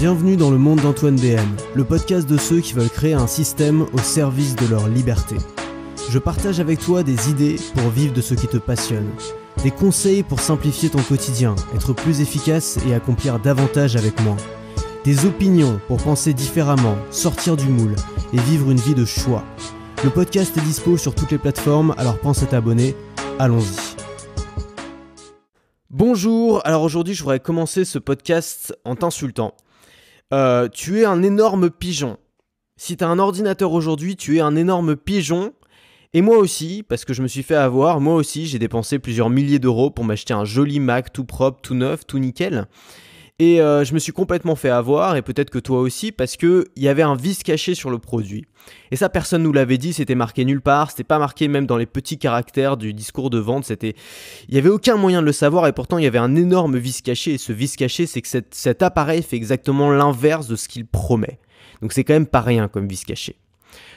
Bienvenue dans le monde d'Antoine BM, le podcast de ceux qui veulent créer un système au service de leur liberté. Je partage avec toi des idées pour vivre de ce qui te passionne, des conseils pour simplifier ton quotidien, être plus efficace et accomplir davantage avec moins, des opinions pour penser différemment, sortir du moule et vivre une vie de choix. Le podcast est dispo sur toutes les plateformes, alors pense à t'abonner, allons-y. Bonjour, alors aujourd'hui je voudrais commencer ce podcast en t'insultant. Tu es un énorme pigeon. Si tu as un ordinateur aujourd'hui, tu es un énorme pigeon. Et moi aussi, parce que je me suis fait avoir, moi aussi j'ai dépensé plusieurs milliers d'euros pour m'acheter un joli Mac tout propre, tout neuf, tout nickel. Et je me suis complètement fait avoir, et peut-être que toi aussi, parce qu'il y avait un vice caché sur le produit. Et ça, personne nous l'avait dit, c'était marqué nulle part, c'était pas marqué même dans les petits caractères du discours de vente, il n'y avait aucun moyen de le savoir, et pourtant il y avait un énorme vice caché, et ce vice caché, c'est que cet appareil fait exactement l'inverse de ce qu'il promet. Donc c'est quand même pas rien comme vice caché. Pourquoi ?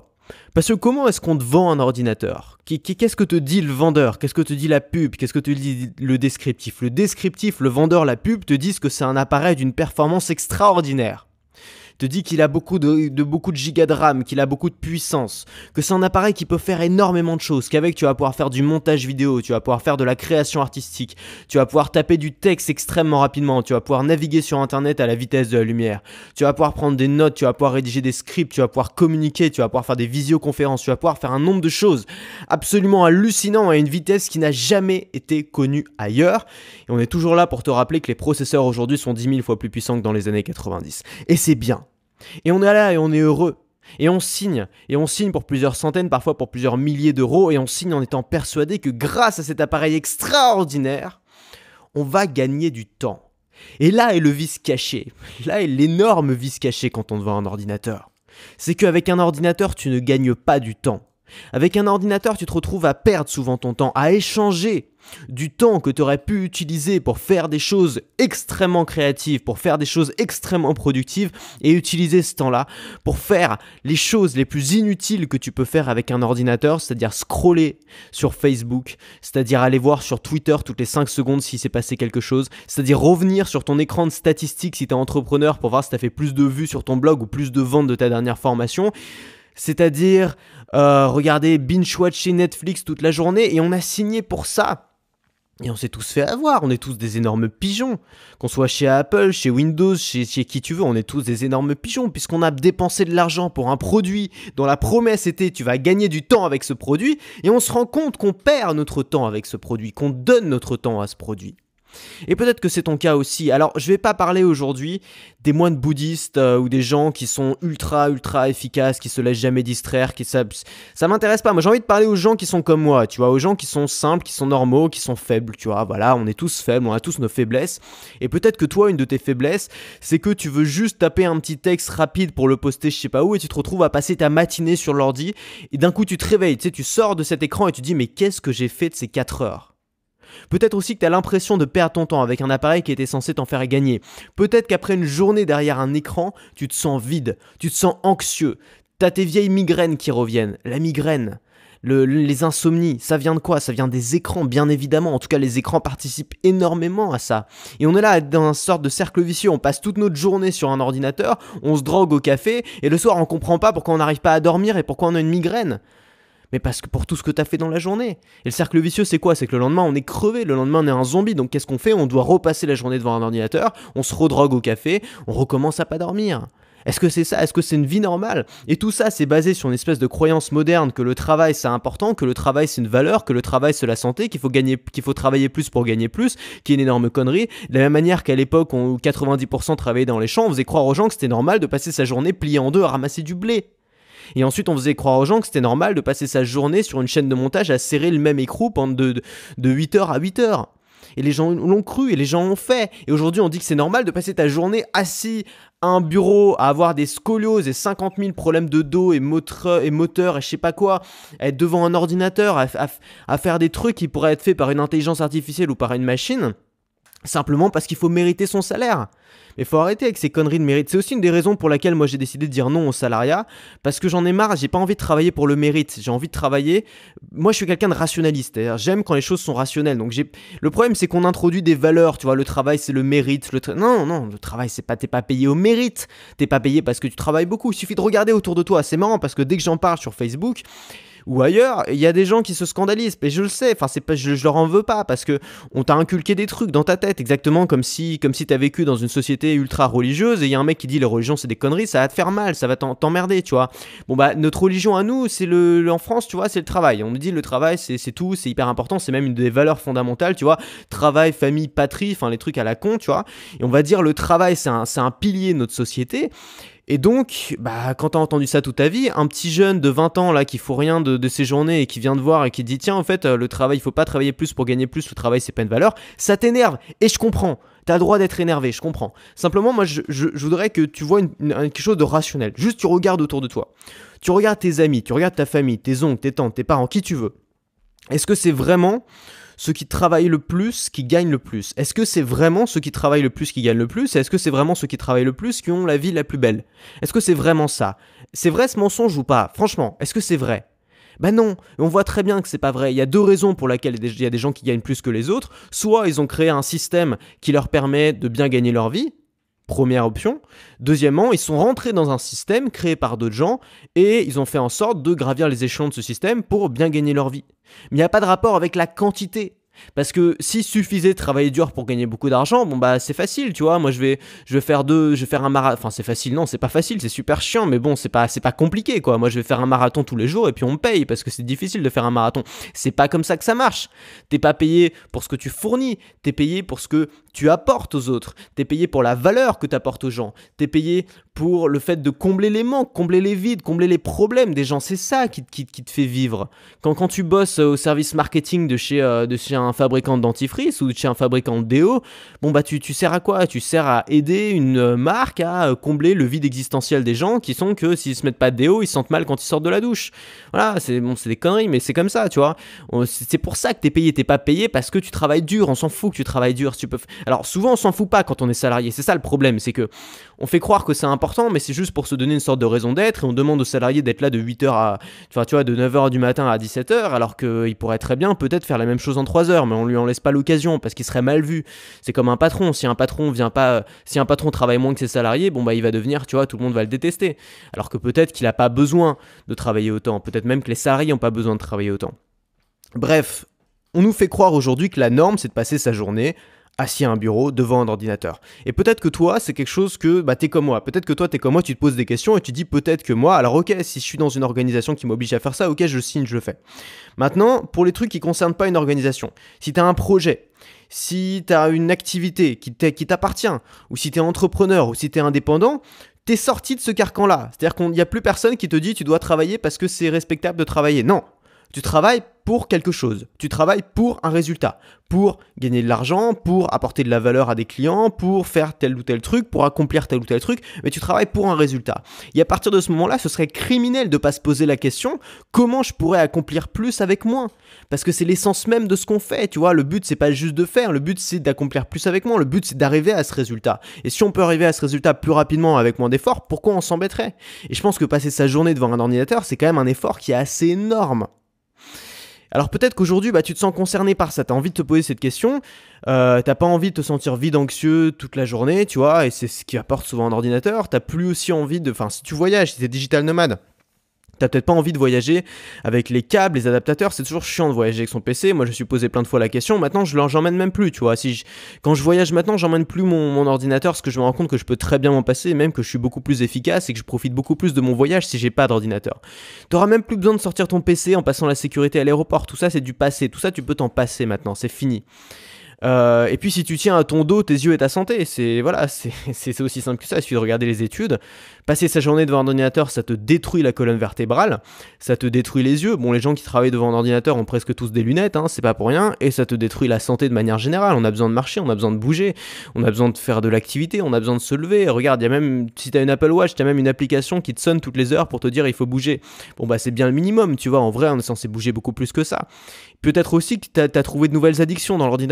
Parce que comment est-ce qu'on te vend un ordinateur ? Qu'est-ce que te dit le vendeur ? Qu'est-ce que te dit la pub ? Qu'est-ce que te dit le descriptif ? Le descriptif, le vendeur, la pub te disent que c'est un appareil d'une performance extraordinaire. Te dit qu'il a beaucoup de gigas de RAM, qu'il a beaucoup de puissance, que c'est un appareil qui peut faire énormément de choses, qu'avec tu vas pouvoir faire du montage vidéo, tu vas pouvoir faire de la création artistique, tu vas pouvoir taper du texte extrêmement rapidement, tu vas pouvoir naviguer sur internet à la vitesse de la lumière, tu vas pouvoir prendre des notes, tu vas pouvoir rédiger des scripts, tu vas pouvoir communiquer, tu vas pouvoir faire des visioconférences, tu vas pouvoir faire un nombre de choses absolument hallucinant à une vitesse qui n'a jamais été connue ailleurs. Et on est toujours là pour te rappeler que les processeurs aujourd'hui sont 10 000 fois plus puissants que dans les années 90. Et c'est bien. Et on est là et on est heureux. Et on signe pour plusieurs centaines, parfois pour plusieurs milliers d'euros. Et on signe en étant persuadé que grâce à cet appareil extraordinaire, on va gagner du temps. Et là est le vice caché. Là est l'énorme vice caché quand on te vend un ordinateur. C'est qu'avec un ordinateur, tu ne gagnes pas du temps. Avec un ordinateur, tu te retrouves à perdre souvent ton temps, à échanger du temps que tu aurais pu utiliser pour faire des choses extrêmement créatives, pour faire des choses extrêmement productives et utiliser ce temps-là pour faire les choses les plus inutiles que tu peux faire avec un ordinateur, c'est-à-dire scroller sur Facebook, c'est-à-dire aller voir sur Twitter toutes les 5 secondes s'il s'est passé quelque chose, c'est-à-dire revenir sur ton écran de statistiques si tu es entrepreneur pour voir si tu as fait plus de vues sur ton blog ou plus de ventes de ta dernière formation. C'est-à-dire regarder binge-watcher Netflix toute la journée et on a signé pour ça. Et on s'est tous fait avoir, on est tous des énormes pigeons. Qu'on soit chez Apple, chez Windows, chez qui tu veux, on est tous des énormes pigeons puisqu'on a dépensé de l'argent pour un produit dont la promesse était tu vas gagner du temps avec ce produit et on se rend compte qu'on perd notre temps avec ce produit, qu'on donne notre temps à ce produit. Et peut-être que c'est ton cas aussi. Alors, je vais pas parler aujourd'hui des moines bouddhistes ou des gens qui sont ultra efficaces, qui se laissent jamais distraire, ça m'intéresse pas. Moi, j'ai envie de parler aux gens qui sont comme moi, tu vois, aux gens qui sont simples, qui sont normaux, qui sont faibles, tu vois. Voilà, on est tous faibles, on a tous nos faiblesses. Et peut-être que toi, une de tes faiblesses, c'est que tu veux juste taper un petit texte rapide pour le poster je sais pas où et tu te retrouves à passer ta matinée sur l'ordi et d'un coup, tu te réveilles, tu sais, tu sors de cet écran et tu te dis mais qu'est-ce que j'ai fait de ces 4 heures ? Peut-être aussi que tu as l'impression de perdre ton temps avec un appareil qui était censé t'en faire gagner. Peut-être qu'après une journée derrière un écran, tu te sens vide, tu te sens anxieux. Tu as tes vieilles migraines qui reviennent. La migraine, les insomnies, ça vient de quoi ? Ça vient des écrans, bien évidemment. En tout cas, les écrans participent énormément à ça. Et on est là dans une sorte de cercle vicieux. On passe toute notre journée sur un ordinateur, on se drogue au café, et le soir, on comprend pas pourquoi on n'arrive pas à dormir et pourquoi on a une migraine. Mais parce que pour tout ce que tu as fait dans la journée. Et le cercle vicieux, c'est quoi ? C'est que le lendemain, on est crevé, le lendemain, on est un zombie. Donc qu'est-ce qu'on fait ? On doit repasser la journée devant un ordinateur, on se redrogue au café, on recommence à pas dormir. Est-ce que c'est ça ? Est-ce que c'est une vie normale ? Et tout ça, c'est basé sur une espèce de croyance moderne que le travail, c'est important, que le travail, c'est une valeur, que le travail, c'est la santé, qu'il faut travailler plus pour gagner plus, qui est une énorme connerie. De la même manière qu'à l'époque où 90% travaillaient dans les champs, on faisait croire aux gens que c'était normal de passer sa journée pliée en deux à ramasser du blé. Et ensuite, on faisait croire aux gens que c'était normal de passer sa journée sur une chaîne de montage à serrer le même écrou pendant de 8h à 8h. Et les gens l'ont cru et les gens l'ont fait. Et aujourd'hui, on dit que c'est normal de passer ta journée assis à un bureau, à avoir des scolioses et 50 000 problèmes de dos et moteur et je sais pas quoi, à être devant un ordinateur, à faire des trucs qui pourraient être faits par une intelligence artificielle ou par une machine. Simplement parce qu'il faut mériter son salaire. Mais il faut arrêter avec ces conneries de mérite. C'est aussi une des raisons pour laquelle moi j'ai décidé de dire non au salariat, parce que j'en ai marre, j'ai pas envie de travailler pour le mérite, j'ai envie de travailler... Moi je suis quelqu'un de rationaliste, c'est-à-dire j'aime quand les choses sont rationnelles. Donc le problème c'est qu'on introduit des valeurs, tu vois, le travail c'est le mérite, non, le travail c'est pas, t'es pas payé au mérite, t'es pas payé parce que tu travailles beaucoup, il suffit de regarder autour de toi, c'est marrant parce que dès que j'en parle sur Facebook, ou ailleurs, il y a des gens qui se scandalisent, mais je le sais, enfin c'est pas, je leur en veux pas, parce que on t'a inculqué des trucs dans ta tête, exactement comme si t'as vécu dans une société ultra religieuse, et il y a un mec qui dit les religions c'est des conneries, ça va te faire mal, ça va t'emmerder, tu vois. Bon bah notre religion à nous, c'est en France, tu vois, c'est le travail. On nous dit le travail c'est tout, c'est hyper important, c'est même une des valeurs fondamentales, tu vois. Travail, famille, patrie, enfin les trucs à la con, tu vois. Et on va dire le travail c'est un pilier de notre société. Et donc, bah, quand t'as entendu ça toute ta vie, un petit jeune de 20 ans là qui fout rien de ses journées et qui vient te voir et qui dit tiens en fait le travail il faut pas travailler plus pour gagner plus, le travail c'est pas une valeur, ça t'énerve et je comprends. T'as le droit d'être énervé, je comprends. Simplement moi je voudrais que tu vois quelque chose de rationnel. Juste tu regardes autour de toi. Tu regardes tes amis, tu regardes ta famille, tes oncles, tes tantes, tes parents, qui tu veux. Est-ce que c'est vraiment ceux qui travaillent le plus qui gagnent le plus? Est-ce que c'est vraiment ceux qui travaillent le plus qui gagnent le plus? Est-ce que c'est vraiment ceux qui travaillent le plus qui ont la vie la plus belle? Est-ce que c'est vraiment ça? C'est vrai ce mensonge ou pas? Franchement, est-ce que c'est vrai? Ben non, et on voit très bien que c'est pas vrai. Il y a deux raisons pour lesquelles il y a des gens qui gagnent plus que les autres. Soit ils ont créé un système qui leur permet de bien gagner leur vie. Première option. Deuxièmement, ils sont rentrés dans un système créé par d'autres gens et ils ont fait en sorte de gravir les échelons de ce système pour bien gagner leur vie. Mais il n'y a pas de rapport avec la quantité. Parce que s'il suffisait de travailler dur pour gagner beaucoup d'argent, bon bah c'est facile, tu vois. Moi je vais faire un marathon. Enfin c'est facile, non c'est pas facile, c'est super chiant, mais bon c'est pas compliqué quoi. Moi je vais faire un marathon tous les jours et puis on me paye parce que c'est difficile de faire un marathon. C'est pas comme ça que ça marche. T'es pas payé pour ce que tu fournis, t'es payé pour ce que tu apportes aux autres. T'es payé pour la valeur que t'apportes aux gens. T'es payé pour le fait de combler les manques, combler les vides, combler les problèmes des gens. C'est ça qui te fait vivre. Quand tu bosses au service marketing de chez un fabricant de dentifrice ou de chez un fabricant de déo, bon bah tu sers à quoi? Tu sers à aider une marque à combler le vide existentiel des gens qui sont que s'ils se mettent pas de déo, ils se sentent mal quand ils sortent de la douche. Voilà, c'est des conneries, mais c'est comme ça, tu vois. C'est pour ça que t'es payé, t'es pas payé parce que tu travailles dur. On s'en fout que tu travailles dur. Alors souvent on s'en fout pas quand on est salarié. C'est ça le problème, c'est que on fait croire que c'est important, mais c'est juste pour se donner une sorte de raison d'être et on demande aux salariés d'être là de 8h à, enfin, tu vois, de 9h du matin à 17h, alors qu'il pourrait très bien peut-être faire la même chose en 3h, mais on lui en laisse pas l'occasion parce qu'il serait mal vu. C'est comme un patron. Si un patron travaille moins que ses salariés, bon bah il va devenir, tu vois, tout le monde va le détester. Alors que peut-être qu'il a pas besoin de travailler autant. Peut-être même que les salariés ont pas besoin de travailler autant. Bref, on nous fait croire aujourd'hui que la norme c'est de passer sa journée assis à un bureau devant un ordinateur. Et peut-être que toi, c'est quelque chose que t'es comme moi. Peut-être que toi, t'es comme moi, tu te poses des questions et tu dis peut-être que moi, alors ok, si je suis dans une organisation qui m'oblige à faire ça, ok, je signe, je le fais. Maintenant, pour les trucs qui concernent pas une organisation, si t'as un projet, si t'as une activité qui t'appartient, ou si t'es entrepreneur, ou si t'es indépendant, t'es sorti de ce carcan-là. C'est-à-dire qu'il n'y a plus personne qui te dit tu dois travailler parce que c'est respectable de travailler. Non. Tu travailles pour quelque chose, tu travailles pour un résultat, pour gagner de l'argent, pour apporter de la valeur à des clients, pour faire tel ou tel truc, pour accomplir tel ou tel truc, mais tu travailles pour un résultat. Et à partir de ce moment-là, ce serait criminel de ne pas se poser la question comment je pourrais accomplir plus avec moins? Parce que c'est l'essence même de ce qu'on fait, tu vois. Le but, c'est pas juste de faire, le but, c'est d'accomplir plus avec moins, le but, c'est d'arriver à ce résultat. Et si on peut arriver à ce résultat plus rapidement avec moins d'efforts, pourquoi on s'embêterait? Et je pense que passer sa journée devant un ordinateur, c'est quand même un effort qui est assez énorme. Alors peut-être qu'aujourd'hui, tu te sens concerné par ça, tu as envie de te poser cette question, t'as pas envie de te sentir vide, anxieux toute la journée, tu vois, et c'est ce qui apporte souvent un ordinateur, t'as plus aussi envie de... Enfin, si tu voyages, si t'es digital nomade, t'as peut-être pas envie de voyager avec les câbles, les adaptateurs, c'est toujours chiant de voyager avec son PC. Moi, je me suis posé plein de fois la question. Maintenant, j'emmène même plus, tu vois. Quand je voyage maintenant, j'emmène plus mon ordinateur parce que je me rends compte que je peux très bien m'en passer, et même que je suis beaucoup plus efficace et que je profite beaucoup plus de mon voyage si j'ai pas d'ordinateur. T'auras même plus besoin de sortir ton PC en passant la sécurité à l'aéroport. Tout ça, c'est du passé. Tout ça, tu peux t'en passer maintenant. C'est fini. Et puis si tu tiens à ton dos, tes yeux et ta santé, c'est aussi simple que ça. Il suffit de regarder les études. Passer sa journée devant un ordinateur, ça te détruit la colonne vertébrale, ça te détruit les yeux. Bon, les gens qui travaillent devant un ordinateur ont presque tous des lunettes, hein, c'est pas pour rien, et ça te détruit la santé de manière générale. On a besoin de marcher, on a besoin de bouger, on a besoin de faire de l'activité, on a besoin de se lever. Regarde, il y a même, si t'as une Apple Watch, t'as même une application qui te sonne toutes les heures pour te dire il faut bouger. Bon bah c'est bien le minimum, tu vois. En vrai, on est censé bouger beaucoup plus que ça. Peut-être aussi que t'as trouvé de nouvelles addictions dans l'ordinateur, des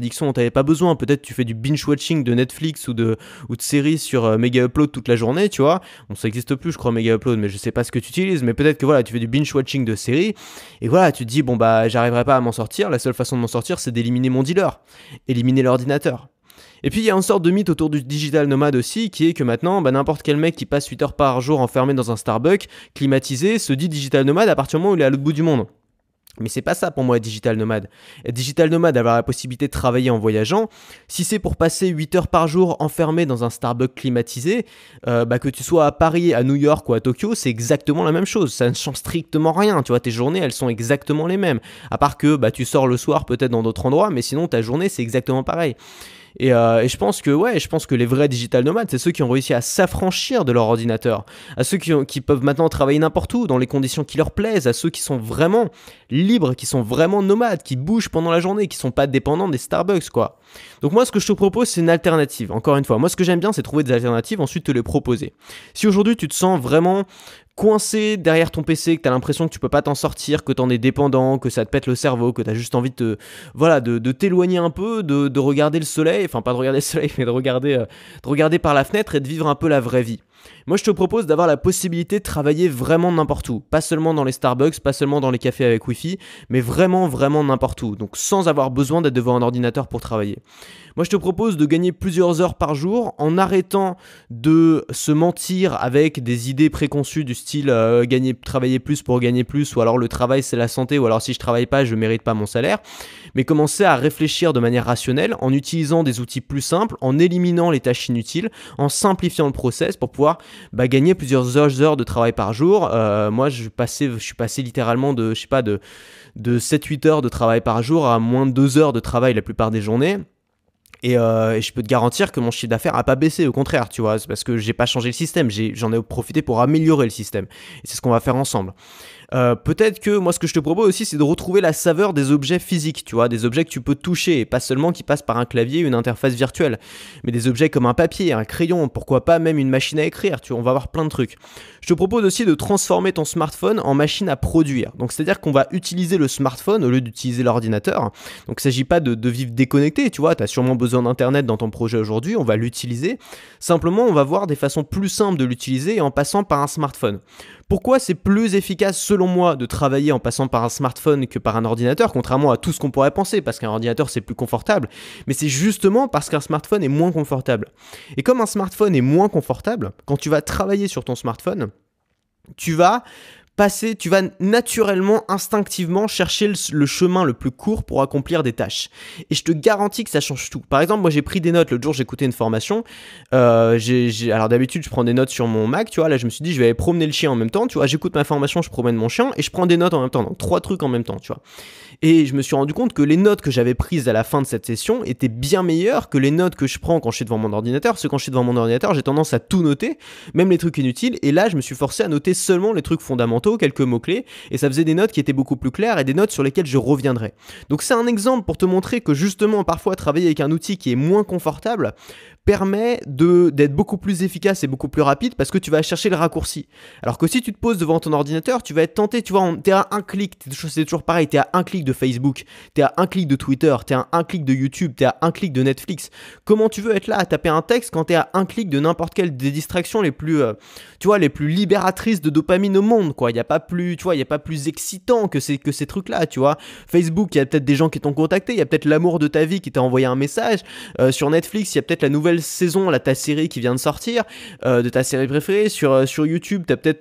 addiction dont tu n'avais pas besoin. Peut-être tu fais du binge-watching de Netflix ou de séries sur Mega Upload toute la journée, tu vois. Bon, ça n'existe plus, je crois, Mega Upload, mais je sais pas ce que tu utilises. Mais peut-être que voilà, tu fais du binge-watching de séries et voilà, tu te dis, bon, bah, j'arriverai pas à m'en sortir. La seule façon de m'en sortir, c'est d'éliminer mon dealer, éliminer l'ordinateur. Et puis il y a une sorte de mythe autour du digital nomade aussi, qui est que maintenant, n'importe quel mec qui passe 8 heures par jour enfermé dans un Starbucks, climatisé, se dit digital nomade à partir du moment où il est à l'autre bout du monde. Mais c'est pas ça pour moi être digital nomade. Être digital nomade, avoir la possibilité de travailler en voyageant, si c'est pour passer 8 heures par jour enfermé dans un Starbucks climatisé, que tu sois à Paris, à New York ou à Tokyo, c'est exactement la même chose. Ça ne change strictement rien. Tu vois, tes journées, elles sont exactement les mêmes. À part que tu sors le soir peut-être dans d'autres endroits, mais sinon ta journée, c'est exactement pareil. Et je pense que les vrais digital nomades, c'est ceux qui ont réussi à s'affranchir de leur ordinateur, à ceux qui peuvent maintenant travailler n'importe où, dans les conditions qui leur plaisent, à ceux qui sont vraiment libres, qui sont vraiment nomades, qui bougent pendant la journée, qui sont pas dépendants des Starbucks, quoi. Donc moi, ce que je te propose, c'est une alternative. Encore une fois, moi, ce que j'aime bien, c'est trouver des alternatives, ensuite te les proposer. Si aujourd'hui, tu te sens vraiment coincé derrière ton PC, que tu as l'impression que tu peux pas t'en sortir, que tu en es dépendant, que ça te pète le cerveau, que tu as juste envie de t'éloigner un peu, de regarder le soleil, enfin pas de regarder le soleil, mais de regarder par la fenêtre et de vivre un peu la vraie vie. Moi, je te propose d'avoir la possibilité de travailler vraiment n'importe où. Pas seulement dans les Starbucks, pas seulement dans les cafés avec Wi-Fi, mais vraiment, vraiment n'importe où. Donc, sans avoir besoin d'être devant un ordinateur pour travailler. Moi, je te propose de gagner plusieurs heures par jour en arrêtant de se mentir avec des idées préconçues du style travailler plus pour gagner plus, ou alors le travail, c'est la santé, ou alors si je travaille pas, je mérite pas mon salaire. Mais commencer à réfléchir de manière rationnelle en utilisant des outils plus simples, en éliminant les tâches inutiles, en simplifiant le process pour pouvoir gagner plusieurs heures de travail par jour. Moi, je suis passé littéralement de 7-8 heures de travail par jour à moins de 2 heures de travail la plupart des journées. Et je peux te garantir que mon chiffre d'affaires n'a pas baissé, au contraire, tu vois, c'est parce que j'ai pas changé le système, j'en ai profité pour améliorer le système. Et c'est ce qu'on va faire ensemble. Peut-être que moi ce que je te propose aussi c'est de retrouver la saveur des objets physiques, tu vois, des objets que tu peux toucher et pas seulement qui passent par un clavier, une interface virtuelle, mais des objets comme un papier, un crayon, pourquoi pas même une machine à écrire, tu vois, on va voir plein de trucs. Je te propose aussi de transformer ton smartphone en machine à produire, donc c'est à dire qu'on va utiliser le smartphone au lieu d'utiliser l'ordinateur. Donc il ne s'agit pas de vivre déconnecté, tu vois, tu as sûrement besoin d'internet dans ton projet aujourd'hui, on va l'utiliser, simplement on va voir des façons plus simples de l'utiliser en passant par un smartphone. Pourquoi c'est plus efficace selon moi de travailler en passant par un smartphone que par un ordinateur, contrairement à tout ce qu'on pourrait penser, parce qu'un ordinateur c'est plus confortable, mais c'est justement parce qu'un smartphone est moins confortable. Et comme un smartphone est moins confortable, quand tu vas travailler sur ton smartphone, tu vas naturellement, instinctivement chercher le chemin le plus court pour accomplir des tâches. Et je te garantis que ça change tout. Par exemple, moi j'ai pris des notes, l'autre jour j'écoutais une formation, alors d'habitude je prends des notes sur mon Mac, tu vois, là je me suis dit je vais aller promener le chien en même temps, tu vois, j'écoute ma formation, je promène mon chien et je prends des notes en même temps, donc 3 trucs en même temps, tu vois. Et je me suis rendu compte que les notes que j'avais prises à la fin de cette session étaient bien meilleures que les notes que je prends quand je suis devant mon ordinateur, parce que quand je suis devant mon ordinateur, j'ai tendance à tout noter, même les trucs inutiles, et là je me suis forcé à noter seulement les trucs fondamentaux, quelques mots-clés, et ça faisait des notes qui étaient beaucoup plus claires et des notes sur lesquelles je reviendrai. Donc c'est un exemple pour te montrer que justement parfois travailler avec un outil qui est moins confortable permet d'être beaucoup plus efficace et beaucoup plus rapide parce que tu vas chercher le raccourci. Alors que si tu te poses devant ton ordinateur, tu vas être tenté, tu vois, t'es à un clic, c'est toujours pareil, t'es à un clic de Facebook, t'es à un clic de Twitter, t'es à un clic de YouTube, t'es à un clic de Netflix. Comment tu veux être là à taper un texte quand t'es à un clic de n'importe quelle des distractions les plus, les plus libératrices de dopamine au monde, quoi. Il y a pas plus, tu vois, il y a pas plus excitant que ces trucs-là, tu vois. Facebook, il y a peut-être des gens qui t'ont contacté, il y a peut-être l'amour de ta vie qui t'a envoyé un message. Sur Netflix, il y a peut-être la nouvelle saison, là, ta série qui vient de sortir, de ta série préférée. Sur YouTube, t'as peut-être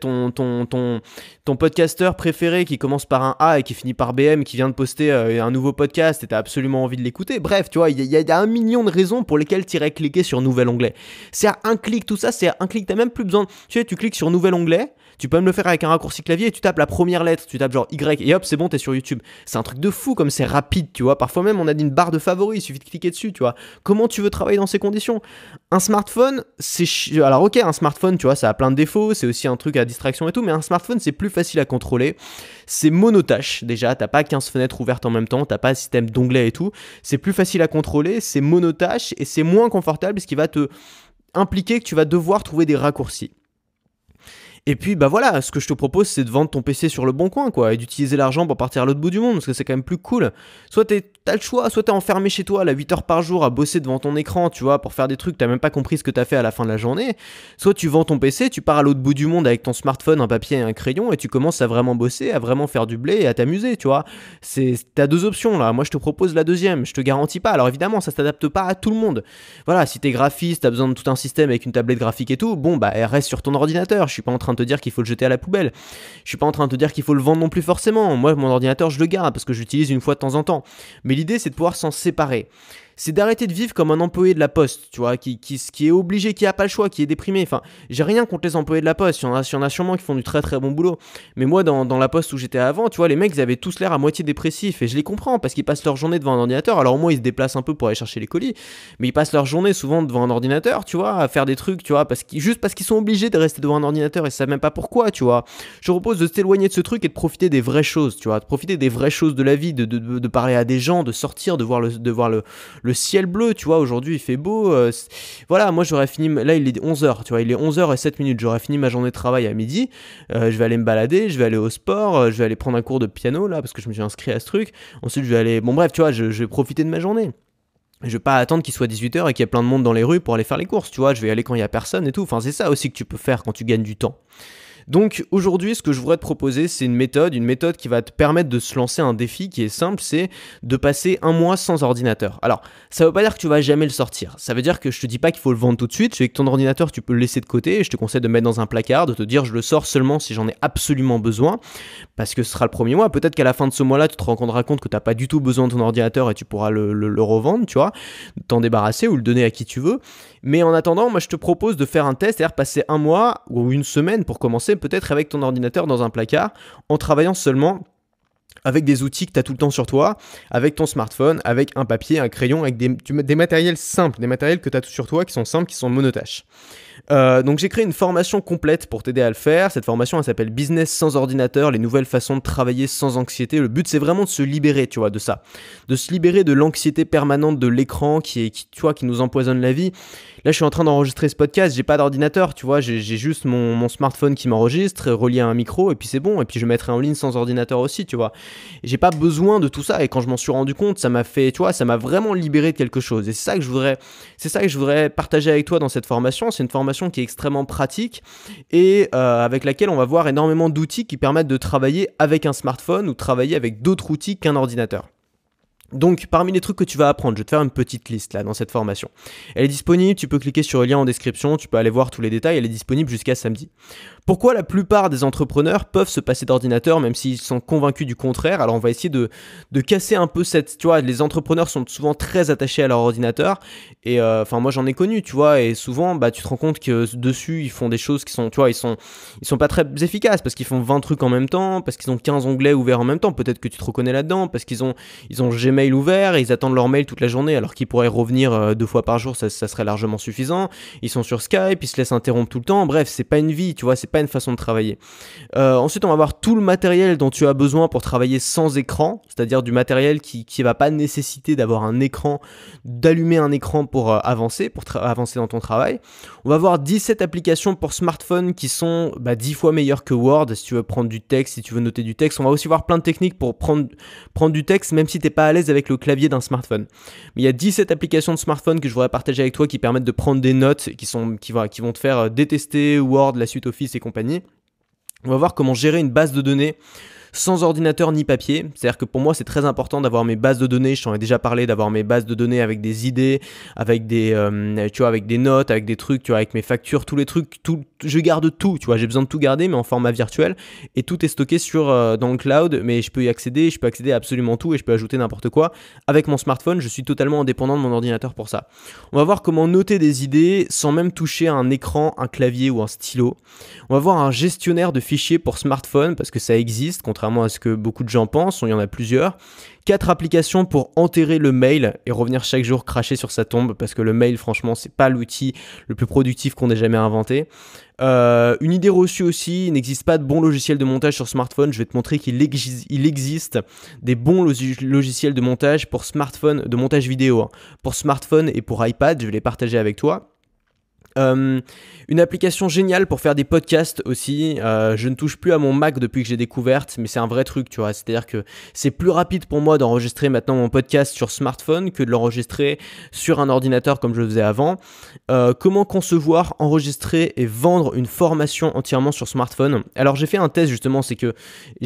ton podcasteur préféré qui commence par un A et qui finit par BM, qui vient de poster un nouveau podcast et t'as absolument envie de l'écouter. Bref, tu vois, il y a 1 million de raisons pour lesquelles tu irais cliquer sur nouvel onglet. C'est à un clic, tout ça, c'est à un clic. T'as même plus besoin. Tu sais, tu cliques sur nouvel onglet. Tu peux même le faire avec un raccourci clavier et tu tapes la première lettre, tu tapes genre Y et hop, c'est bon, t'es sur YouTube. C'est un truc de fou comme c'est rapide, tu vois. Parfois même, on a une barre de favoris, il suffit de cliquer dessus, tu vois. Comment tu veux travailler dans ces conditions ? Un smartphone, alors ok, un smartphone, tu vois, ça a plein de défauts, c'est aussi un truc à distraction et tout, mais un smartphone, c'est plus facile à contrôler. C'est monotâche, déjà, t'as pas 15 fenêtres ouvertes en même temps, t'as pas un système d'onglets et tout. C'est plus facile à contrôler, c'est monotâche et c'est moins confortable, ce qui va te impliquer que tu vas devoir trouver des raccourcis. Et puis bah voilà, ce que je te propose c'est de vendre ton PC sur le bon coin quoi, et d'utiliser l'argent pour partir à l'autre bout du monde, parce que c'est quand même plus cool. Soit t'as le choix, soit t'es enfermé chez toi à 8 heures par jour à bosser devant ton écran, tu vois, pour faire des trucs, t'as même pas compris ce que t'as fait à la fin de la journée. Soit tu vends ton PC, tu pars à l'autre bout du monde avec ton smartphone, un papier et un crayon, et tu commences à vraiment bosser, à vraiment faire du blé et à t'amuser, tu vois. T'as deux options là, moi je te propose la deuxième, je te garantis pas. Alors évidemment ça s'adapte pas à tout le monde. Voilà, si t'es graphiste, t'as besoin de tout un système avec une tablette graphique et tout, bon bah elle reste sur ton ordinateur. Je suis pas en train de te dire qu'il faut le jeter à la poubelle. Je suis pas en train de te dire qu'il faut le vendre non plus forcément. Moi mon ordinateur je le garde parce que j'utilise une fois de temps en temps. Mais l'idée c'est de pouvoir s'en séparer. C'est d'arrêter de vivre comme un employé de la poste, tu vois, qui est obligé, qui a pas le choix, qui est déprimé. Enfin, j'ai rien contre les employés de la poste, il y en a sûrement qui font du très très bon boulot. Mais moi, dans la poste où j'étais avant, tu vois, les mecs, ils avaient tous l'air à moitié dépressifs. Et je les comprends, parce qu'ils passent leur journée devant un ordinateur. Alors au moins, ils se déplacent un peu pour aller chercher les colis. Mais ils passent leur journée souvent devant un ordinateur, tu vois, à faire des trucs, tu vois, juste parce qu'ils sont obligés de rester devant un ordinateur et ils savent même pas pourquoi, tu vois. Je te propose de s'éloigner de ce truc et de profiter des vraies choses, tu vois, de profiter des vraies choses de la vie, de parler à des gens, de sortir, de voir le ciel bleu, tu vois, aujourd'hui il fait beau, voilà, moi j'aurais fini, là il est 11h, tu vois, il est 11h07, j'aurais fini ma journée de travail à midi, je vais aller me balader, je vais aller au sport, je vais aller prendre un cours de piano là, parce que je me suis inscrit à ce truc, ensuite je vais aller, bon bref, tu vois, je vais profiter de ma journée. Je vais pas attendre qu'il soit 18h et qu'il y ait plein de monde dans les rues pour aller faire les courses, tu vois, je vais y aller quand il y a personne et tout, enfin c'est ça aussi que tu peux faire quand tu gagnes du temps. Donc aujourd'hui, ce que je voudrais te proposer, c'est une méthode qui va te permettre de se lancer un défi qui est simple, c'est de passer un mois sans ordinateur. Alors, ça veut pas dire que tu vas jamais le sortir. Ça veut dire que je te dis pas qu'il faut le vendre tout de suite, c'est que ton ordinateur, tu peux le laisser de côté, et je te conseille de le mettre dans un placard, de te dire je le sors seulement si j'en ai absolument besoin, parce que ce sera le premier mois. Peut-être qu'à la fin de ce mois-là, tu te rendras compte que tu n'as pas du tout besoin de ton ordinateur et tu pourras le revendre, tu vois, t'en débarrasser ou le donner à qui tu veux. Mais en attendant, moi je te propose de faire un test, c'est-à-dire passer un mois ou une semaine pour commencer, peut-être avec ton ordinateur dans un placard, en travaillant seulement avec des outils que tu as tout le temps sur toi, avec ton smartphone, avec un papier, un crayon, avec des matériels simples, des matériels que tu as tout sur toi, qui sont simples, qui sont monotâches. Donc j'ai créé une formation complète pour t'aider à le faire. Cette formation elle s'appelle Business sans ordinateur, les nouvelles façons de travailler sans anxiété. Le but c'est vraiment de se libérer, tu vois, de ça, de se libérer de l'anxiété permanente de l'écran qui nous empoisonne la vie. Là je suis en train d'enregistrer ce podcast, j'ai pas d'ordinateur, tu vois, j'ai juste mon smartphone qui m'enregistre, relié à un micro et puis c'est bon, et puis je mettrai en ligne sans ordinateur aussi, tu vois. Et j'ai pas besoin de tout ça, et quand je m'en suis rendu compte, ça m'a fait, tu vois, ça m'a vraiment libéré de quelque chose. Et c'est ça que je voudrais partager avec toi dans cette formation. C'est une formation qui est extrêmement pratique et avec laquelle on va voir énormément d'outils qui permettent de travailler avec un smartphone ou travailler avec d'autres outils qu'un ordinateur. Donc parmi les trucs que tu vas apprendre, je vais te faire une petite liste là dans cette formation. Elle est disponible, tu peux cliquer sur le lien en description, tu peux aller voir tous les détails, elle est disponible jusqu'à samedi. Pourquoi la plupart des entrepreneurs peuvent se passer d'ordinateur même s'ils sont convaincus du contraire? Alors on va essayer de casser un peu cette, tu vois, les entrepreneurs sont souvent très attachés à leur ordinateur et enfin moi j'en ai connu, tu vois, et souvent bah tu te rends compte que dessus ils font des choses qui sont, tu vois, ils sont pas très efficaces parce qu'ils font 20 trucs en même temps, parce qu'ils ont 15 onglets ouverts en même temps, peut-être que tu te reconnais là-dedans, parce qu'ils ont Gmail ouvert et ils attendent leur mail toute la journée alors qu'ils pourraient revenir 2 fois par jour, ça serait largement suffisant. Ils sont sur Skype, ils se laissent interrompre tout le temps, bref, c'est pas une vie, tu vois, c'est pas une façon de travailler. Ensuite, on va voir tout le matériel dont tu as besoin pour travailler sans écran, c'est-à-dire du matériel qui va pas nécessiter d'avoir un écran, d'allumer un écran pour avancer dans ton travail. On va voir 17 applications pour smartphone qui sont 10 fois meilleures que Word si tu veux prendre du texte, si tu veux noter du texte. On va aussi voir plein de techniques pour prendre du texte même si t'es pas à l'aise avec le clavier d'un smartphone. Mais il y a 17 applications de smartphone que je voudrais partager avec toi qui permettent de prendre des notes qui vont te faire détester Word, la suite Office et compagnie. On va voir comment gérer une base de données sans ordinateur ni papier. C'est-à-dire que pour moi, c'est très important d'avoir mes bases de données. Je t'en ai déjà parlé, d'avoir mes bases de données avec des idées, avec des, tu vois, avec des notes, avec des trucs, tu vois, avec mes factures, tous les trucs, je garde tout, tu vois. J'ai besoin de tout garder, mais en format virtuel. Et tout est stocké dans le cloud, mais je peux y accéder, je peux accéder à absolument tout et je peux ajouter n'importe quoi. Avec mon smartphone, je suis totalement indépendant de mon ordinateur pour ça. On va voir comment noter des idées sans même toucher à un écran, un clavier ou un stylo. On va voir un gestionnaire de fichiers pour smartphone parce que ça existe, contrairement à ce que beaucoup de gens pensent, il y en a plusieurs. 4 applications pour enterrer le mail et revenir chaque jour cracher sur sa tombe parce que le mail, franchement, c'est pas l'outil le plus productif qu'on ait jamais inventé. Une idée reçue aussi, il n'existe pas de bon logiciel de montage sur smartphone. Je vais te montrer qu'il existe des bons logiciels de montage pour smartphone, de montage vidéo, hein, pour smartphone et pour iPad. Je vais les partager avec toi. Une application géniale pour faire des podcasts aussi. Je ne touche plus à mon Mac depuis que j'ai découverte, mais c'est un vrai truc, tu vois. C'est-à-dire que c'est plus rapide pour moi d'enregistrer maintenant mon podcast sur smartphone que de l'enregistrer sur un ordinateur comme je le faisais avant. Comment concevoir, enregistrer et vendre une formation entièrement sur smartphone? Alors j'ai fait un test justement, c'est que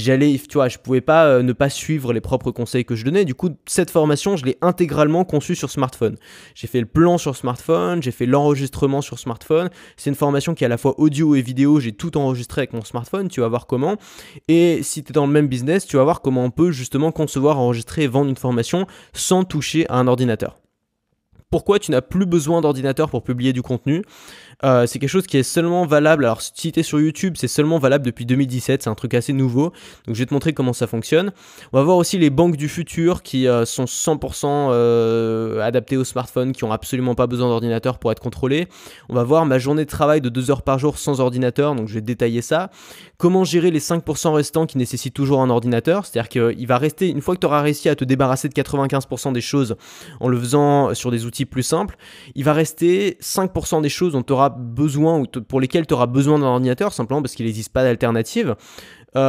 je pouvais pas ne pas suivre les propres conseils que je donnais. Du coup, cette formation, je l'ai intégralement conçue sur smartphone. J'ai fait le plan sur smartphone, j'ai fait l'enregistrement sur smartphone. C'est une formation qui est à la fois audio et vidéo, j'ai tout enregistré avec mon smartphone, tu vas voir comment. Et si tu es dans le même business, tu vas voir comment on peut justement concevoir, enregistrer et vendre une formation sans toucher à un ordinateur. Pourquoi tu n'as plus besoin d'ordinateur pour publier du contenu? C'est quelque chose qui est seulement valable, alors si tu es sur YouTube, c'est seulement valable depuis 2017, c'est un truc assez nouveau, donc je vais te montrer comment ça fonctionne. On va voir aussi les banques du futur qui sont 100% adaptées au smartphone, qui n'ont absolument pas besoin d'ordinateur pour être contrôlées. On va voir ma journée de travail de 2 heures par jour sans ordinateur, donc je vais détailler ça. Comment gérer les 5% restants qui nécessitent toujours un ordinateur, c'est-à-dire qu'il va rester, une fois que tu auras réussi à te débarrasser de 95% des choses en le faisant sur des outils plus simples, il va rester 5% des choses dont tu auras besoin ou pour lesquelles tu auras besoin d'un ordinateur, simplement parce qu'il n'existe pas d'alternative. Il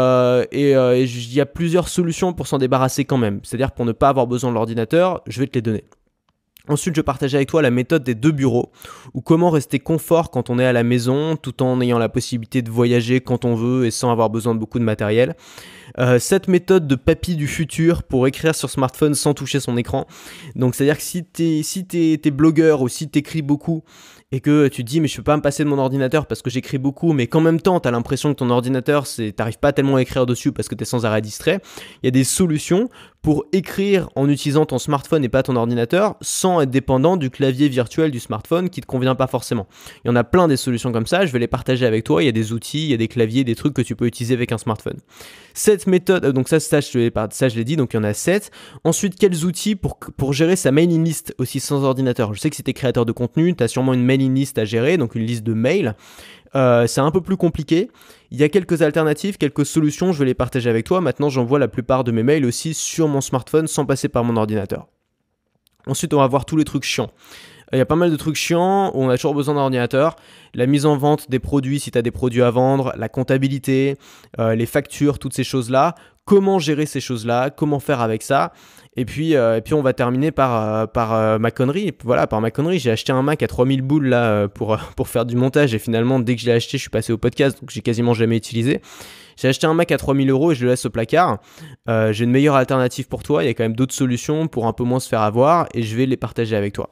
y a plusieurs solutions pour s'en débarrasser quand même, c'est-à-dire pour ne pas avoir besoin de l'ordinateur, je vais te les donner. Ensuite, je vais partager avec toi la méthode des 2 bureaux, ou comment rester confort quand on est à la maison, tout en ayant la possibilité de voyager quand on veut et sans avoir besoin de beaucoup de matériel. Cette méthode de papy du futur pour écrire sur smartphone sans toucher son écran. Donc, c'est-à-dire que si t'es blogueur ou si t'écris beaucoup et que tu te dis mais je peux pas me passer de mon ordinateur parce que j'écris beaucoup, mais qu'en même temps t'as l'impression que ton ordinateur t'arrives pas tellement à écrire dessus parce que t'es sans arrêt distrait, il y a des solutions pour écrire en utilisant ton smartphone et pas ton ordinateur sans être dépendant du clavier virtuel du smartphone qui te convient pas forcément. Il y en a plein des solutions comme ça, je vais les partager avec toi, il y a des outils, il y a des claviers, des trucs que tu peux utiliser avec un smartphone. Cette méthode, donc ça je l'ai dit, donc il y en a 7. Ensuite, quels outils pour gérer sa mailing list aussi sans ordinateur? Je sais que si tu es créateur de contenu, tu as sûrement une mailing list à gérer, donc une liste de mails. C'est un peu plus compliqué. Il y a quelques alternatives, quelques solutions, je vais les partager avec toi. Maintenant, j'envoie la plupart de mes mails aussi sur mon smartphone sans passer par mon ordinateur. Ensuite, on va voir tous les trucs chiants. Il y a pas mal de trucs chiants où on a toujours besoin d'un ordinateur. La mise en vente des produits si tu as des produits à vendre, la comptabilité, les factures, toutes ces choses-là. Comment gérer ces choses-là, comment faire avec ça. Et puis on va terminer par ma connerie. Voilà, par ma connerie, j'ai acheté un Mac à 3000 boules là, pour faire du montage. Et finalement, dès que je l'ai acheté, je suis passé au podcast, donc j'ai quasiment jamais utilisé. J'ai acheté un Mac à 3000 € et je le laisse au placard. J'ai une meilleure alternative pour toi. Il y a quand même d'autres solutions pour un peu moins se faire avoir et je vais les partager avec toi.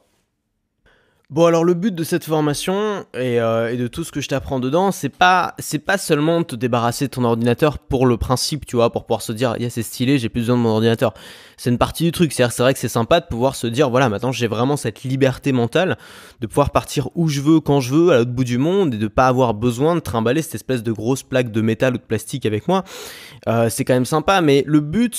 Bon, alors le but de cette formation et de tout ce que je t'apprends dedans, c'est pas seulement de te débarrasser de ton ordinateur pour le principe, tu vois, pour pouvoir se dire yeah, c'est stylé, j'ai plus besoin de mon ordinateur. C'est une partie du truc, c'est vrai que c'est sympa de pouvoir se dire voilà, maintenant j'ai vraiment cette liberté mentale de pouvoir partir où je veux, quand je veux, à l'autre bout du monde et de pas avoir besoin de trimballer cette espèce de grosse plaque de métal ou de plastique avec moi. C'est quand même sympa, mais le but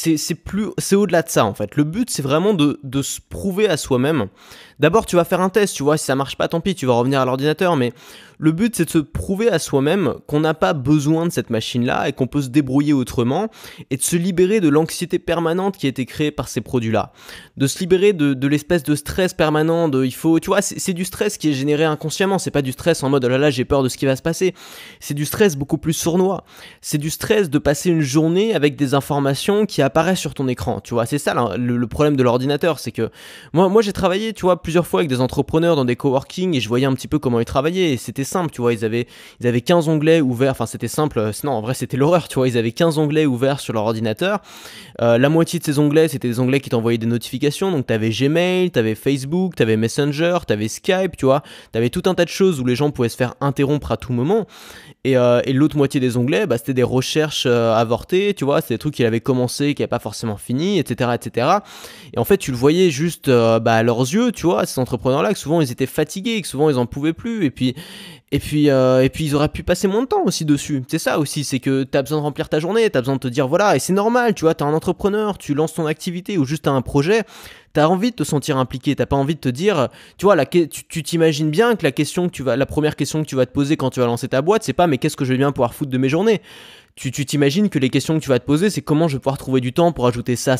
c'est au-delà de ça en fait. Le but c'est vraiment de se prouver à soi-même. D'abord, tu vas faire un test, tu vois, si ça marche pas, tant pis, tu vas revenir à l'ordinateur, mais le but, c'est de se prouver à soi-même qu'on n'a pas besoin de cette machine-là et qu'on peut se débrouiller autrement et de se libérer de l'anxiété permanente qui a été créée par ces produits-là. De se libérer de l'espèce de stress permanent, tu vois, c'est du stress qui est généré inconsciemment, c'est pas du stress en mode oh là là, j'ai peur de ce qui va se passer. C'est du stress beaucoup plus sournois. C'est du stress de passer une journée avec des informations qui apparaissent sur ton écran, tu vois. C'est ça le problème de l'ordinateur, c'est que moi j'ai travaillé, tu vois, plusieurs fois avec des entrepreneurs dans des coworking et je voyais un petit peu comment ils travaillaient et c'était simple, tu vois, ils avaient 15 onglets ouverts, enfin c'était simple, non en vrai c'était l'horreur, tu vois, ils avaient 15 onglets ouverts sur leur ordinateur, la moitié de ces onglets c'était des onglets qui t'envoyaient des notifications, donc t'avais Gmail, t'avais Facebook, t'avais Messenger, t'avais Skype, tu vois, t'avais tout un tas de choses où les gens pouvaient se faire interrompre à tout moment. Et l'autre moitié des onglets, c'était des recherches avortées, tu vois, c'est des trucs qu'il avait commencé, qui n'avaient pas forcément fini, etc., etc. Et en fait, tu le voyais juste à leurs yeux, tu vois, ces entrepreneurs-là, que souvent ils étaient fatigués, que souvent ils en pouvaient plus, et puis ils auraient pu passer moins de temps aussi dessus. C'est ça aussi, c'est que t'as besoin de remplir ta journée, t'as besoin de te dire voilà, et c'est normal, tu vois, t'es un entrepreneur, tu lances ton activité ou juste t'as un projet, t'as envie de te sentir impliqué, t'as pas envie de te dire, tu vois, tu t'imagines bien que la première question que tu vas te poser quand tu vas lancer ta boîte, c'est pas mais qu'est-ce que je vais bien pouvoir foutre de mes journées. Tu t'imagines que les questions que tu vas te poser, c'est comment je vais pouvoir trouver du temps pour ajouter ça.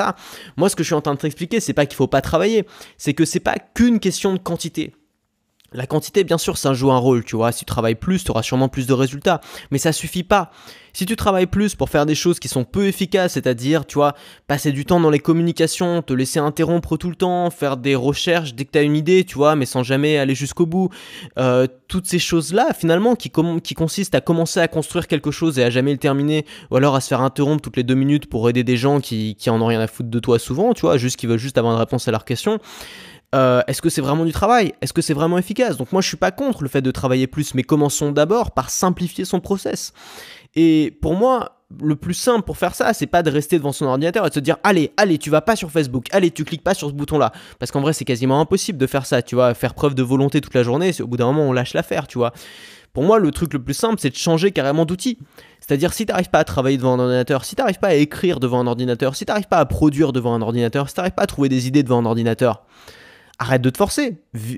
Moi, ce que je suis en train de t'expliquer, c'est pas qu'il faut pas travailler, c'est que c'est pas qu'une question de quantité. La quantité, bien sûr, ça joue un rôle, tu vois. Si tu travailles plus, tu auras sûrement plus de résultats. Mais ça suffit pas. Si tu travailles plus pour faire des choses qui sont peu efficaces, c'est-à-dire, tu vois, passer du temps dans les communications, te laisser interrompre tout le temps, faire des recherches dès que tu as une idée, tu vois, mais sans jamais aller jusqu'au bout. Toutes ces choses-là, finalement, qui consistent à commencer à construire quelque chose et à jamais le terminer, ou alors à se faire interrompre toutes les 2 minutes pour aider des gens qui en ont rien à foutre de toi souvent, tu vois, qui veulent juste avoir une réponse à leurs questions. Est-ce que c'est vraiment du travail? Est-ce que c'est vraiment efficace? Donc moi je suis pas contre le fait de travailler plus, mais commençons d'abord par simplifier son process. Et pour moi, le plus simple pour faire ça, c'est pas de rester devant son ordinateur et de se dire allez, tu vas pas sur Facebook, allez, tu cliques pas sur ce bouton-là. Parce qu'en vrai, c'est quasiment impossible de faire ça, tu vois, faire preuve de volonté toute la journée, au bout d'un moment, on lâche l'affaire, tu vois. Pour moi, le truc le plus simple, c'est de changer carrément d'outil. C'est-à-dire, si t'arrives pas à travailler devant un ordinateur, si t'arrives pas à écrire devant un ordinateur, si t'arrives pas à produire devant un ordinateur, si t'arrives pas à trouver des idées devant un ordinateur, arrête de te forcer.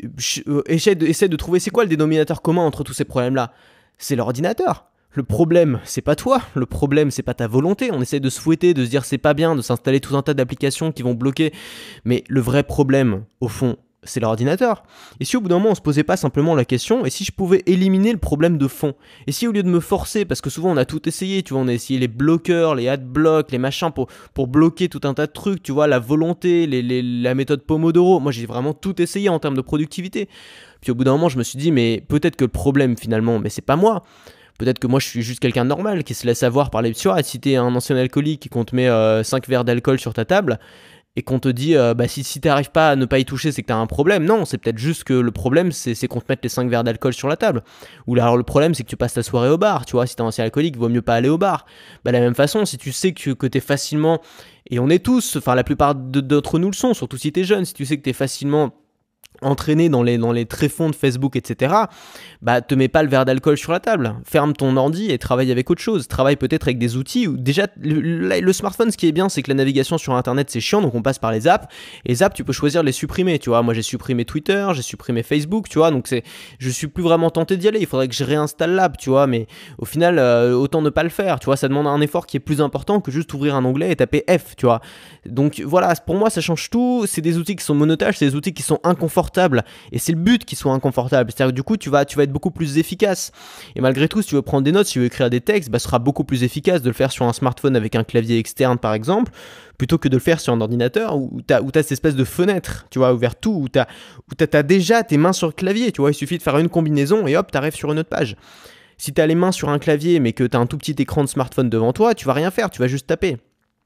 Essaie de trouver c'est quoi le dénominateur commun entre tous ces problèmes-là. C'est l'ordinateur. Le problème, c'est pas toi. Le problème, c'est pas ta volonté. On essaie de se fouetter, de se dire c'est pas bien, de s'installer tout un tas d'applications qui vont bloquer. Mais le vrai problème, au fond, c'est l'ordinateur. Et si au bout d'un moment on se posait pas simplement la question, et si je pouvais éliminer le problème de fond? Et si au lieu de me forcer, parce que souvent on a tout essayé, tu vois, on a essayé les bloqueurs, les adblocks, les machins pour bloquer tout un tas de trucs, tu vois, la volonté, la méthode Pomodoro, moi j'ai vraiment tout essayé en termes de productivité. Puis au bout d'un moment je me suis dit, mais peut-être que le problème finalement, mais c'est pas moi. Peut-être que moi je suis juste quelqu'un de normal qui se laisse avoir par les... Tu vois, si t'es un ancien alcoolique et qu'on te met 5 verres d'alcool sur ta table et qu'on te dit si t'arrives pas à ne pas y toucher, c'est que t'as un problème. Non, c'est peut-être juste que le problème c'est qu'on te mette les 5 verres d'alcool sur la table. Ou alors le problème c'est que tu passes ta soirée au bar, tu vois, si t'es un ancien alcoolique, il vaut mieux pas aller au bar. De la même façon, si tu sais que t'es facilement, et on est tous, enfin la plupart d'entre nous le sont, surtout si t'es jeune, si tu sais que t'es facilement entraîné dans les tréfonds de Facebook, etc., bah te mets pas le verre d'alcool sur la table. Ferme ton ordi et travaille avec autre chose. Travaille peut-être avec des outils. Déjà, le smartphone, ce qui est bien, c'est que la navigation sur Internet, c'est chiant, donc on passe par les apps. Et les apps, tu peux choisir de les supprimer, tu vois. Moi, j'ai supprimé Twitter, j'ai supprimé Facebook, tu vois, donc je suis plus vraiment tenté d'y aller. Il faudrait que je réinstalle l'app, tu vois, mais au final, autant ne pas le faire, tu vois. Ça demande un effort qui est plus important que juste ouvrir un onglet et taper F, tu vois. Donc voilà, pour moi, ça change tout. C'est des outils qui sont monotaches, c'est des outils qui sont inconfortables. Et c'est le but qu'ils soient inconfortables. C'est-à-dire que du coup, tu vas être beaucoup plus efficace. Et malgré tout, si tu veux prendre des notes, si tu veux écrire des textes, ce sera beaucoup plus efficace de le faire sur un smartphone avec un clavier externe, par exemple, plutôt que de le faire sur un ordinateur où tu as cette espèce de fenêtre, tu vois, ouvert tout, où tu as déjà tes mains sur le clavier, tu vois. Il suffit de faire une combinaison et hop, tu arrives sur une autre page. Si tu as les mains sur un clavier, mais que tu as un tout petit écran de smartphone devant toi, tu vas rien faire, tu vas juste taper.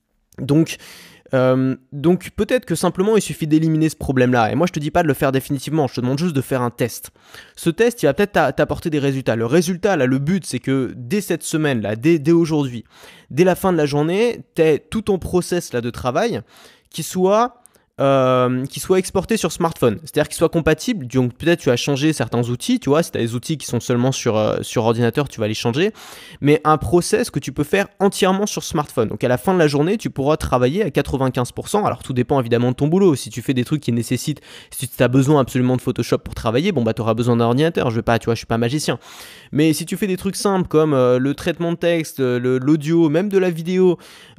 Donc peut-être que simplement il suffit d'éliminer ce problème-là. Et moi je te dis pas de le faire définitivement, je te demande juste de faire un test. Ce test, il va peut-être t'apporter des résultats. Le résultat, là, le but, c'est que dès cette semaine, là, dès aujourd'hui, dès la fin de la journée, t'aies tout ton process là de travail qui soit exporté sur smartphone, c'est-à-dire qu'il soit compatible. Donc peut-être tu as changé certains outils, tu vois, si tu as des outils qui sont seulement sur ordinateur, tu vas les changer, mais un process que tu peux faire entièrement sur smartphone. Donc à la fin de la journée, tu pourras travailler à 95%. Alors tout dépend évidemment de ton boulot. Si tu fais des trucs qui nécessitent, si tu as besoin absolument de Photoshop pour travailler, tu auras besoin d'un ordinateur. Je suis pas magicien. Mais si tu fais des trucs simples comme le traitement de texte, l'audio, même de la vidéo,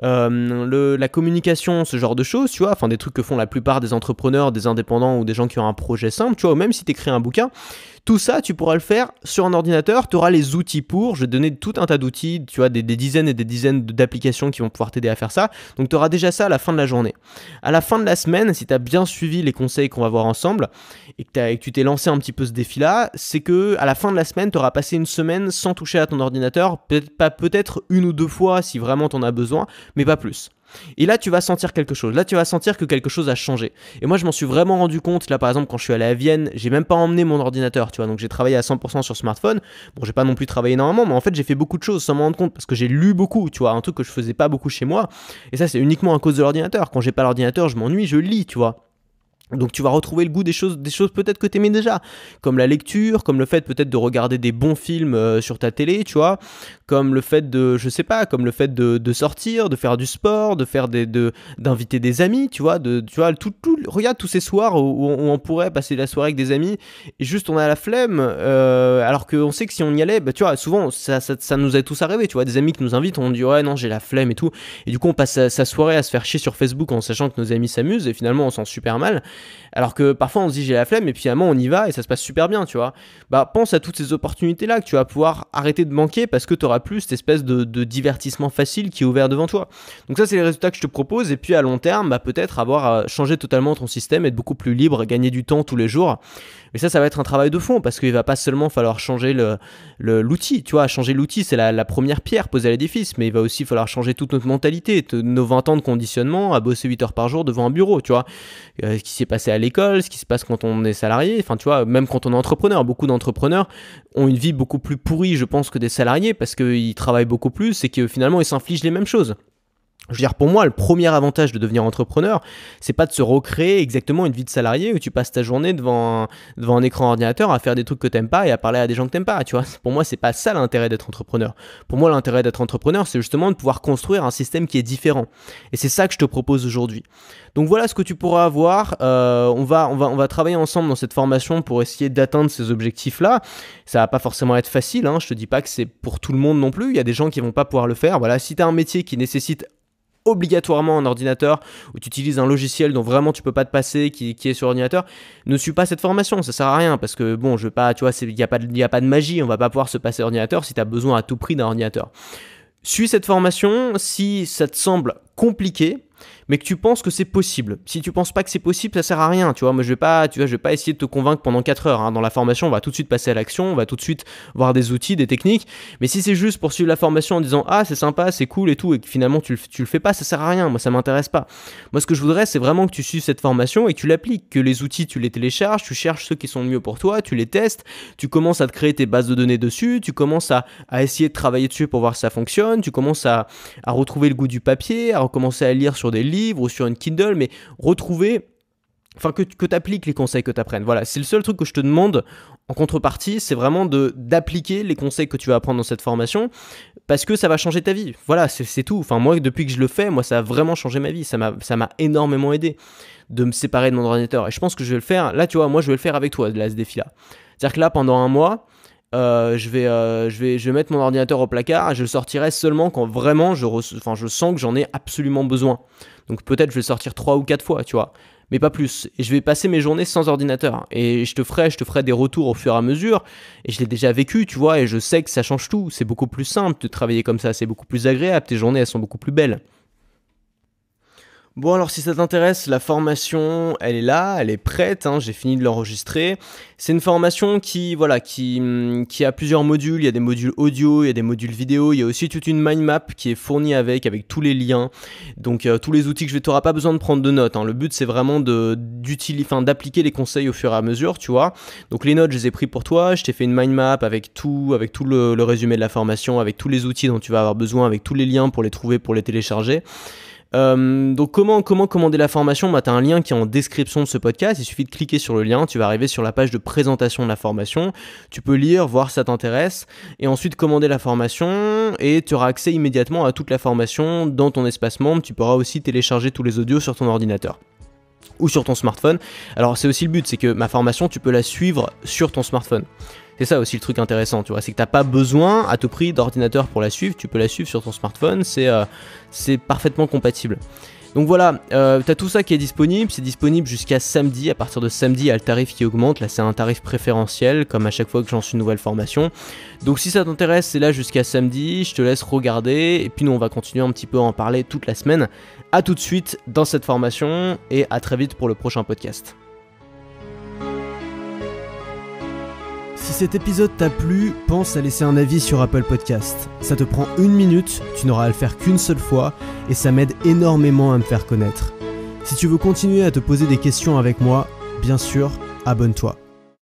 la communication, ce genre de choses, tu vois, enfin des trucs que font la plupart des entrepreneurs, des indépendants ou des gens qui ont un projet simple, tu vois, ou même si tu écris un bouquin, tout ça, tu pourras le faire sur un ordinateur, tu auras les outils pour, je vais te donner tout un tas d'outils, tu vois, des dizaines et des dizaines d'applications qui vont pouvoir t'aider à faire ça, donc tu auras déjà ça à la fin de la journée. À la fin de la semaine, si tu as bien suivi les conseils qu'on va voir ensemble, et que tu t'es lancé un petit peu ce défi-là, c'est que à la fin de la semaine, tu auras passé une semaine sans toucher à ton ordinateur, peut-être une ou deux fois si vraiment tu en as besoin, mais pas plus. Et là tu vas sentir quelque chose, là tu vas sentir que quelque chose a changé. Et moi je m'en suis vraiment rendu compte, là par exemple quand je suis allé à Vienne, j'ai même pas emmené mon ordinateur, tu vois, donc j'ai travaillé à 100% sur smartphone. Bon, j'ai pas non plus travaillé énormément, mais en fait j'ai fait beaucoup de choses sans m'en rendre compte, parce que j'ai lu beaucoup, tu vois, un truc que je faisais pas beaucoup chez moi, et ça c'est uniquement à cause de l'ordinateur. Quand j'ai pas l'ordinateur, je m'ennuie, je lis, tu vois. Donc tu vas retrouver le goût des choses peut-être que t'aimais déjà, comme la lecture, comme le fait peut-être de regarder des bons films sur ta télé, tu vois, comme le fait de, je sais pas, comme le fait de sortir, de faire du sport, de faire d'inviter des amis, tu vois, regarde tous ces soirs où on pourrait passer la soirée avec des amis et juste on a la flemme, alors qu'on sait que si on y allait, tu vois, souvent ça nous est tous arrivé, tu vois, des amis qui nous invitent, on dit ouais non j'ai la flemme et tout, et du coup on passe sa soirée à se faire chier sur Facebook en sachant que nos amis s'amusent et finalement on sent super mal. Alors que parfois on se dit j'ai la flemme et puis finalement on y va et ça se passe super bien, tu vois. Bah pense à toutes ces opportunités-là que tu vas pouvoir arrêter de manquer parce que tu auras plus cette espèce de divertissement facile qui est ouvert devant toi. Donc ça c'est les résultats que je te propose et puis à long terme, bah peut-être avoir changé totalement ton système, être beaucoup plus libre, gagner du temps tous les jours. Mais ça va être un travail de fond parce qu'il va pas seulement falloir changer l'outil, tu vois, changer l'outil c'est la première pierre posée à l'édifice, mais il va aussi falloir changer toute notre mentalité, nos 20 ans de conditionnement à bosser 8 heures par jour devant un bureau, tu vois, ce qui s'est passé à l'école, ce qui se passe quand on est salarié, enfin tu vois, même quand on est entrepreneur, beaucoup d'entrepreneurs ont une vie beaucoup plus pourrie je pense que des salariés parce qu'ils travaillent beaucoup plus et que finalement ils s'infligent les mêmes choses. Je veux dire, pour moi, le premier avantage de devenir entrepreneur, c'est pas de se recréer exactement une vie de salarié où tu passes ta journée devant un écran ordinateur à faire des trucs que t'aimes pas et à parler à des gens que t'aimes pas, tu vois. Pour moi, c'est pas ça l'intérêt d'être entrepreneur. Pour moi, l'intérêt d'être entrepreneur, c'est justement de pouvoir construire un système qui est différent. Et c'est ça que je te propose aujourd'hui. Donc voilà ce que tu pourras avoir. On va travailler ensemble dans cette formation pour essayer d'atteindre ces objectifs-là. Ça va pas forcément être facile, hein. Je te dis pas que c'est pour tout le monde non plus. Il y a des gens qui vont pas pouvoir le faire. Voilà, si tu as un métier qui nécessite obligatoirement un ordinateur où tu utilises un logiciel dont vraiment tu peux pas te passer qui est sur ordinateur, ne suis pas cette formation, ça sert à rien parce que bon, je veux pas, tu vois, il y a pas de magie, on va pas pouvoir se passer ordinateur si tu as besoin à tout prix d'un ordinateur. Suis cette formation si ça te semble compliqué, mais que tu penses que c'est possible. Si tu penses pas que c'est possible, ça sert à rien, tu vois. Moi, je vais pas essayer de te convaincre pendant 4 heures. Hein. Dans la formation, on va tout de suite passer à l'action, on va tout de suite voir des outils, des techniques. Mais si c'est juste pour suivre la formation en disant ah c'est sympa, c'est cool et tout, et que finalement tu le fais pas, ça sert à rien. Moi, ça m'intéresse pas. Moi, ce que je voudrais, c'est vraiment que tu suives cette formation et que tu l'appliques, que les outils tu les télécharges, tu cherches ceux qui sont le mieux pour toi, tu les testes, tu commences à te créer tes bases de données dessus, tu commences à essayer de travailler dessus pour voir si ça fonctionne, tu commences à retrouver le goût du papier, à recommencer à lire sur des livres ou sur une Kindle, mais retrouver, enfin que tu appliques les conseils que tu apprennes. Voilà, c'est le seul truc que je te demande en contrepartie, c'est vraiment d'appliquer les conseils que tu vas apprendre dans cette formation parce que ça va changer ta vie. Voilà, c'est tout. Enfin moi, depuis que je le fais, moi ça a vraiment changé ma vie. Ça m'a énormément aidé de me séparer de mon ordinateur et je pense que je vais le faire. Là, tu vois, moi je vais le faire avec toi, là, ce défi-là. C'est-à-dire que là, pendant un mois, je vais mettre mon ordinateur au placard et je le sortirai seulement quand vraiment je sens que j'en ai absolument besoin. Donc peut-être je vais le sortir 3 ou 4 fois, tu vois, mais pas plus. Et je vais passer mes journées sans ordinateur. Et je te ferai des retours au fur et à mesure. Et je l'ai déjà vécu, tu vois, et je sais que ça change tout. C'est beaucoup plus simple de travailler comme ça, c'est beaucoup plus agréable, tes journées elles sont beaucoup plus belles. Bon alors si ça t'intéresse, la formation elle est là, elle est prête, hein, j'ai fini de l'enregistrer. C'est une formation qui a plusieurs modules, il y a des modules audio, il y a des modules vidéo, il y a aussi toute une mind map qui est fournie avec tous les liens. Donc tous les outils que tu n'auras pas besoin de prendre de notes, hein. Le but c'est vraiment d'appliquer les conseils au fur et à mesure, tu vois. Donc les notes je les ai pris pour toi, je t'ai fait une mind map avec tout le résumé de la formation, avec tous les outils dont tu vas avoir besoin, avec tous les liens pour les trouver, pour les télécharger. Donc comment commander la formation? Bah, tu as un lien qui est en description de ce podcast, il suffit de cliquer sur le lien, tu vas arriver sur la page de présentation de la formation, tu peux lire, voir si ça t'intéresse, et ensuite commander la formation, et tu auras accès immédiatement à toute la formation dans ton espace membre, tu pourras aussi télécharger tous les audios sur ton ordinateur ou sur ton smartphone. Alors c'est aussi le but, c'est que ma formation tu peux la suivre sur ton smartphone. C'est ça aussi le truc intéressant, tu vois, c'est que t'as pas besoin à tout prix d'ordinateur pour la suivre, tu peux la suivre sur ton smartphone, c'est parfaitement compatible. Donc voilà, t'as tout ça qui est disponible, c'est disponible jusqu'à samedi, à partir de samedi il y a le tarif qui augmente, là c'est un tarif préférentiel, comme à chaque fois que je lance une nouvelle formation. Donc si ça t'intéresse, c'est là jusqu'à samedi, je te laisse regarder, et puis nous on va continuer un petit peu à en parler toute la semaine. A tout de suite dans cette formation, et à très vite pour le prochain podcast. Si cet épisode t'a plu, pense à laisser un avis sur Apple Podcast. Ça te prend 1 minute, tu n'auras à le faire qu'une seule fois et ça m'aide énormément à me faire connaître. Si tu veux continuer à te poser des questions avec moi, bien sûr, abonne-toi.